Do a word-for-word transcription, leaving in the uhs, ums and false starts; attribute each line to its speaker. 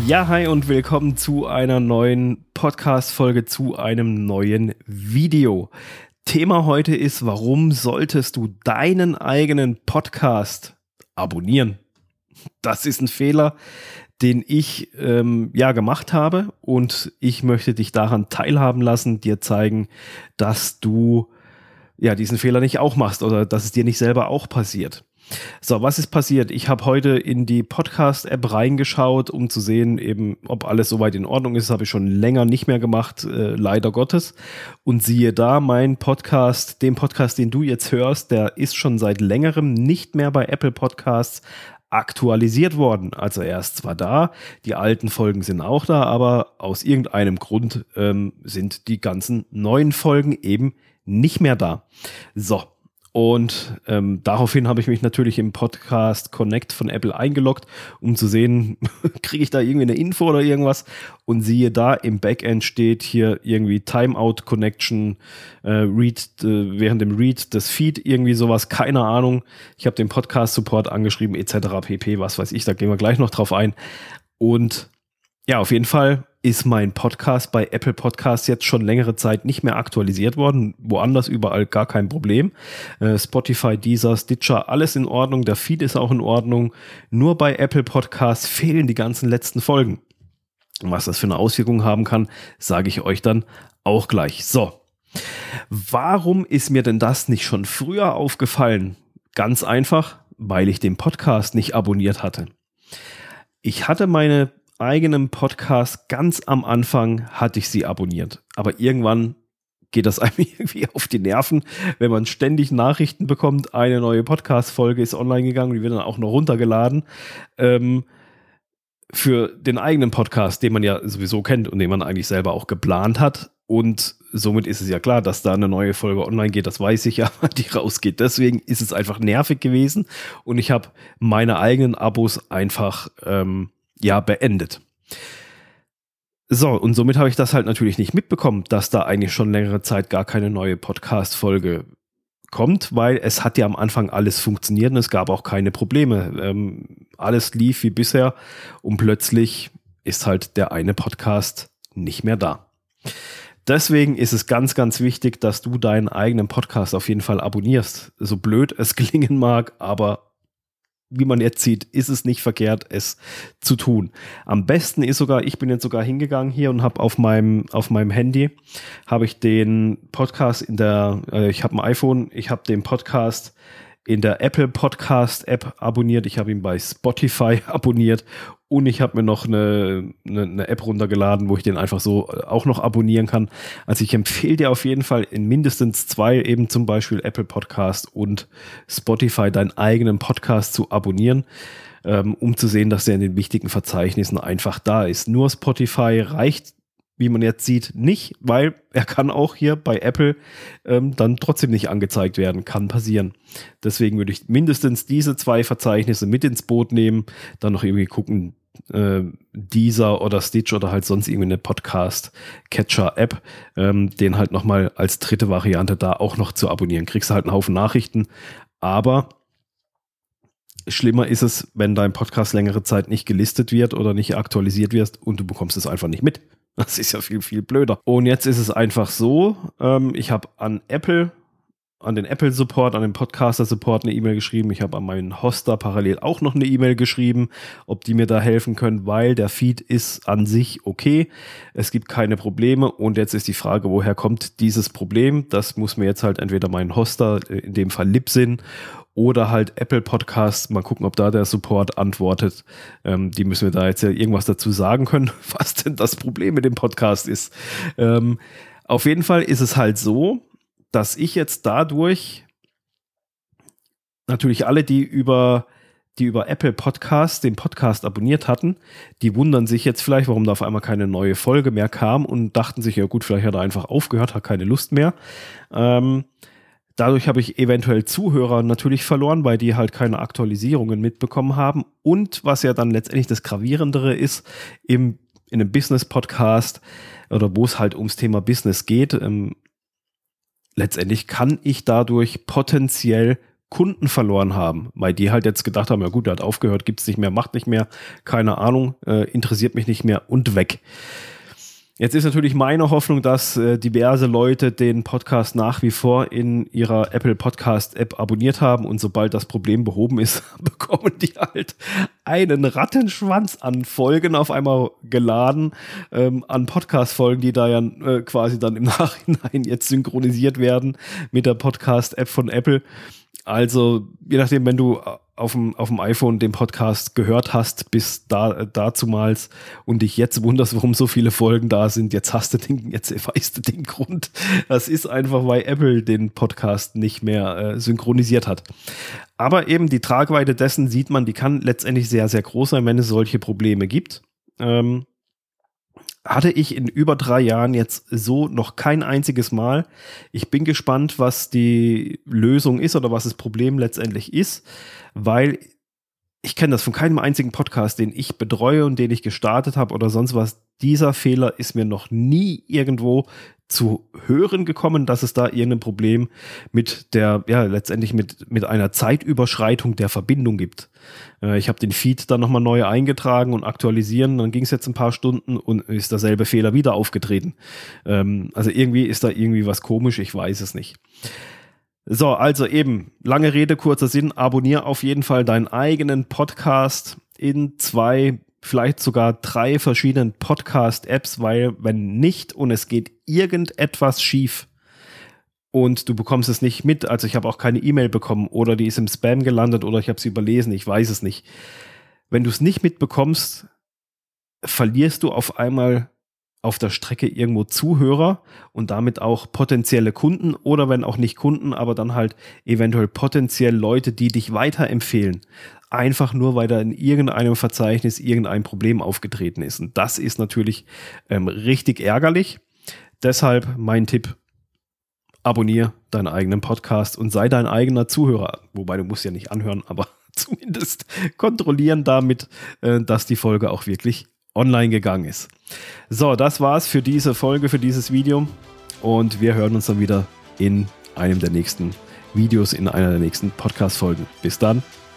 Speaker 1: Ja, hi und willkommen zu einer neuen Podcast-Folge, zu einem neuen Video. Thema heute ist, warum solltest du deinen eigenen Podcast abonnieren? Das ist ein Fehler, den ich ähm, ja gemacht habe, und ich möchte dich daran teilhaben lassen, dir zeigen, dass du ja diesen Fehler nicht auch machst oder dass es dir nicht selber auch passiert. So, was ist passiert? Ich habe heute in die Podcast-App reingeschaut, um zu sehen, eben, ob alles soweit in Ordnung ist. Das habe ich schon länger nicht mehr gemacht, äh, leider Gottes. Und siehe da, mein Podcast, den Podcast, den du jetzt hörst, der ist schon seit längerem nicht mehr bei Apple Podcasts aktualisiert worden. Also er ist zwar da, die alten Folgen sind auch da, aber aus irgendeinem Grund ähm, sind die ganzen neuen Folgen eben nicht mehr da. So. Und ähm, daraufhin habe ich mich natürlich im Podcast Connect von Apple eingeloggt, um zu sehen, kriege ich da irgendwie eine Info oder irgendwas. Und siehe da, im Backend steht hier irgendwie Timeout Connection, äh, Read, äh, während dem Read des Feed, irgendwie sowas, keine Ahnung. Ich habe den Podcast Support angeschrieben, et cetera pp, was weiß ich, da gehen wir gleich noch drauf ein. Und ja, auf jeden Fall ist mein Podcast bei Apple Podcasts jetzt schon längere Zeit nicht mehr aktualisiert worden. Woanders überall gar kein Problem. Äh, Spotify, Deezer, Stitcher, alles in Ordnung. Der Feed ist auch in Ordnung. Nur bei Apple Podcasts fehlen die ganzen letzten Folgen. Und was das für eine Auswirkung haben kann, sage ich euch dann auch gleich. So, warum ist mir denn das nicht schon früher aufgefallen? Ganz einfach, weil ich den Podcast nicht abonniert hatte. Ich hatte meine eigenen Podcast ganz am Anfang, hatte ich sie abonniert. Aber irgendwann geht das einem irgendwie auf die Nerven, wenn man ständig Nachrichten bekommt, eine neue Podcast-Folge ist online gegangen, die wird dann auch noch runtergeladen. Ähm, für den eigenen Podcast, den man ja sowieso kennt und den man eigentlich selber auch geplant hat. Und somit ist es ja klar, dass da eine neue Folge online geht, das weiß ich ja, die rausgeht. Deswegen ist es einfach nervig gewesen und ich habe meine eigenen Abos einfach ähm, ja, beendet. So, und somit habe ich das halt natürlich nicht mitbekommen, dass da eigentlich schon längere Zeit gar keine neue Podcast-Folge kommt, weil es hat ja am Anfang alles funktioniert und es gab auch keine Probleme. Ähm, alles lief wie bisher und plötzlich ist halt der eine Podcast nicht mehr da. Deswegen ist es ganz, ganz wichtig, dass du deinen eigenen Podcast auf jeden Fall abonnierst. So blöd es klingen mag, aber wie man jetzt sieht, ist es nicht verkehrt, es zu tun. Am besten ist sogar, ich bin jetzt sogar hingegangen hier und habe auf meinem auf meinem Handy, habe ich den Podcast in der, äh, ich habe ein iPhone, ich habe den Podcast in der Apple Podcast App abonniert, ich habe ihn bei Spotify abonniert und ich habe mir noch eine, eine, eine App runtergeladen, wo ich den einfach so auch noch abonnieren kann. Also ich empfehle dir auf jeden Fall in mindestens zwei, eben zum Beispiel Apple Podcast und Spotify, deinen eigenen Podcast zu abonnieren, ähm, um zu sehen, dass der in den wichtigen Verzeichnissen einfach da ist. Nur Spotify reicht, wie man jetzt sieht, nicht, weil er kann auch hier bei Apple ähm, dann trotzdem nicht angezeigt werden. Kann passieren. Deswegen würde ich mindestens diese zwei Verzeichnisse mit ins Boot nehmen, dann noch irgendwie gucken, äh, Deezer oder Stitch oder halt sonst irgendwie eine Podcast-Catcher-App, ähm, den halt nochmal als dritte Variante da auch noch zu abonnieren. Kriegst du halt einen Haufen Nachrichten, aber schlimmer ist es, wenn dein Podcast längere Zeit nicht gelistet wird oder nicht aktualisiert wird und du bekommst es einfach nicht mit. Das ist ja viel, viel blöder. Und jetzt ist es einfach so, ähm, ich habe an Apple, an den Apple Support, an den Podcaster Support eine E-Mail geschrieben. Ich habe an meinen Hoster parallel auch noch eine E-Mail geschrieben, ob die mir da helfen können, weil der Feed ist an sich okay. Es gibt keine Probleme und jetzt ist die Frage, woher kommt dieses Problem? Das muss mir jetzt halt entweder mein Hoster, in dem Fall Libsyn, oder halt Apple Podcasts, mal gucken, ob da der Support antwortet. Ähm, die müssen wir da jetzt ja irgendwas dazu sagen können, was denn das Problem mit dem Podcast ist. Ähm, auf jeden Fall ist es halt so, dass ich jetzt dadurch natürlich alle, die über, die über Apple Podcasts den Podcast abonniert hatten, die wundern sich jetzt vielleicht, warum da auf einmal keine neue Folge mehr kam und dachten sich, ja gut, vielleicht hat er einfach aufgehört, hat keine Lust mehr. Ähm, Dadurch habe ich eventuell Zuhörer natürlich verloren, weil die halt keine Aktualisierungen mitbekommen haben. Und was ja dann letztendlich das Gravierendere ist, im, in einem Business-Podcast oder wo es halt ums Thema Business geht, ähm, letztendlich kann ich dadurch potenziell Kunden verloren haben, weil die halt jetzt gedacht haben, ja gut, der hat aufgehört, gibt's nicht mehr, macht nicht mehr, keine Ahnung, äh, interessiert mich nicht mehr und weg. Jetzt ist natürlich meine Hoffnung, dass äh, diverse Leute den Podcast nach wie vor in ihrer Apple Podcast App abonniert haben und sobald das Problem behoben ist, bekommen die halt einen Rattenschwanz an Folgen auf einmal geladen, ähm, an Podcast-Folgen, die da ja äh, quasi dann im Nachhinein jetzt synchronisiert werden mit der Podcast App von Apple. Also, je nachdem, wenn du auf dem, auf dem iPhone den Podcast gehört hast, bis da, dazumals und dich jetzt wunderst, warum so viele Folgen da sind, jetzt hast du den, jetzt weißt du den Grund. Das ist einfach, weil Apple den Podcast nicht mehr äh, synchronisiert hat. Aber eben die Tragweite dessen sieht man, die kann letztendlich sehr, sehr groß sein, wenn es solche Probleme gibt. Ähm, hatte ich in über drei Jahren jetzt so noch kein einziges Mal. Ich bin gespannt, was die Lösung ist oder was das Problem letztendlich ist, weil ich kenne das von keinem einzigen Podcast, den ich betreue und den ich gestartet habe oder sonst was. Dieser Fehler ist mir noch nie irgendwo zu hören gekommen, dass es da irgendein Problem mit der, ja, letztendlich mit, mit einer Zeitüberschreitung der Verbindung gibt. Äh, ich habe den Feed dann nochmal neu eingetragen und aktualisieren, dann ging es jetzt ein paar Stunden und ist derselbe Fehler wieder aufgetreten. Ähm, also irgendwie ist da irgendwie was komisch, ich weiß es nicht. So, also eben, lange Rede, kurzer Sinn, abonniere auf jeden Fall deinen eigenen Podcast in zwei, vielleicht sogar drei verschiedenen Podcast-Apps, weil wenn nicht und es geht irgendetwas schief und du bekommst es nicht mit, also ich habe auch keine E-Mail bekommen oder die ist im Spam gelandet oder ich habe sie überlesen, ich weiß es nicht. Wenn du es nicht mitbekommst, verlierst du auf einmal auf der Strecke irgendwo Zuhörer und damit auch potenzielle Kunden oder wenn auch nicht Kunden, aber dann halt eventuell potenziell Leute, die dich weiterempfehlen. Einfach nur, weil da in irgendeinem Verzeichnis irgendein Problem aufgetreten ist. Und das ist natürlich ähm, richtig ärgerlich. Deshalb mein Tipp, abonniere deinen eigenen Podcast und sei dein eigener Zuhörer. Wobei du musst ja nicht anhören, aber zumindest kontrollieren damit, äh, dass die Folge auch wirklich online gegangen ist. So, das war's für diese Folge, für dieses Video und wir hören uns dann wieder in einem der nächsten Videos, in einer der nächsten Podcast-Folgen. Bis dann.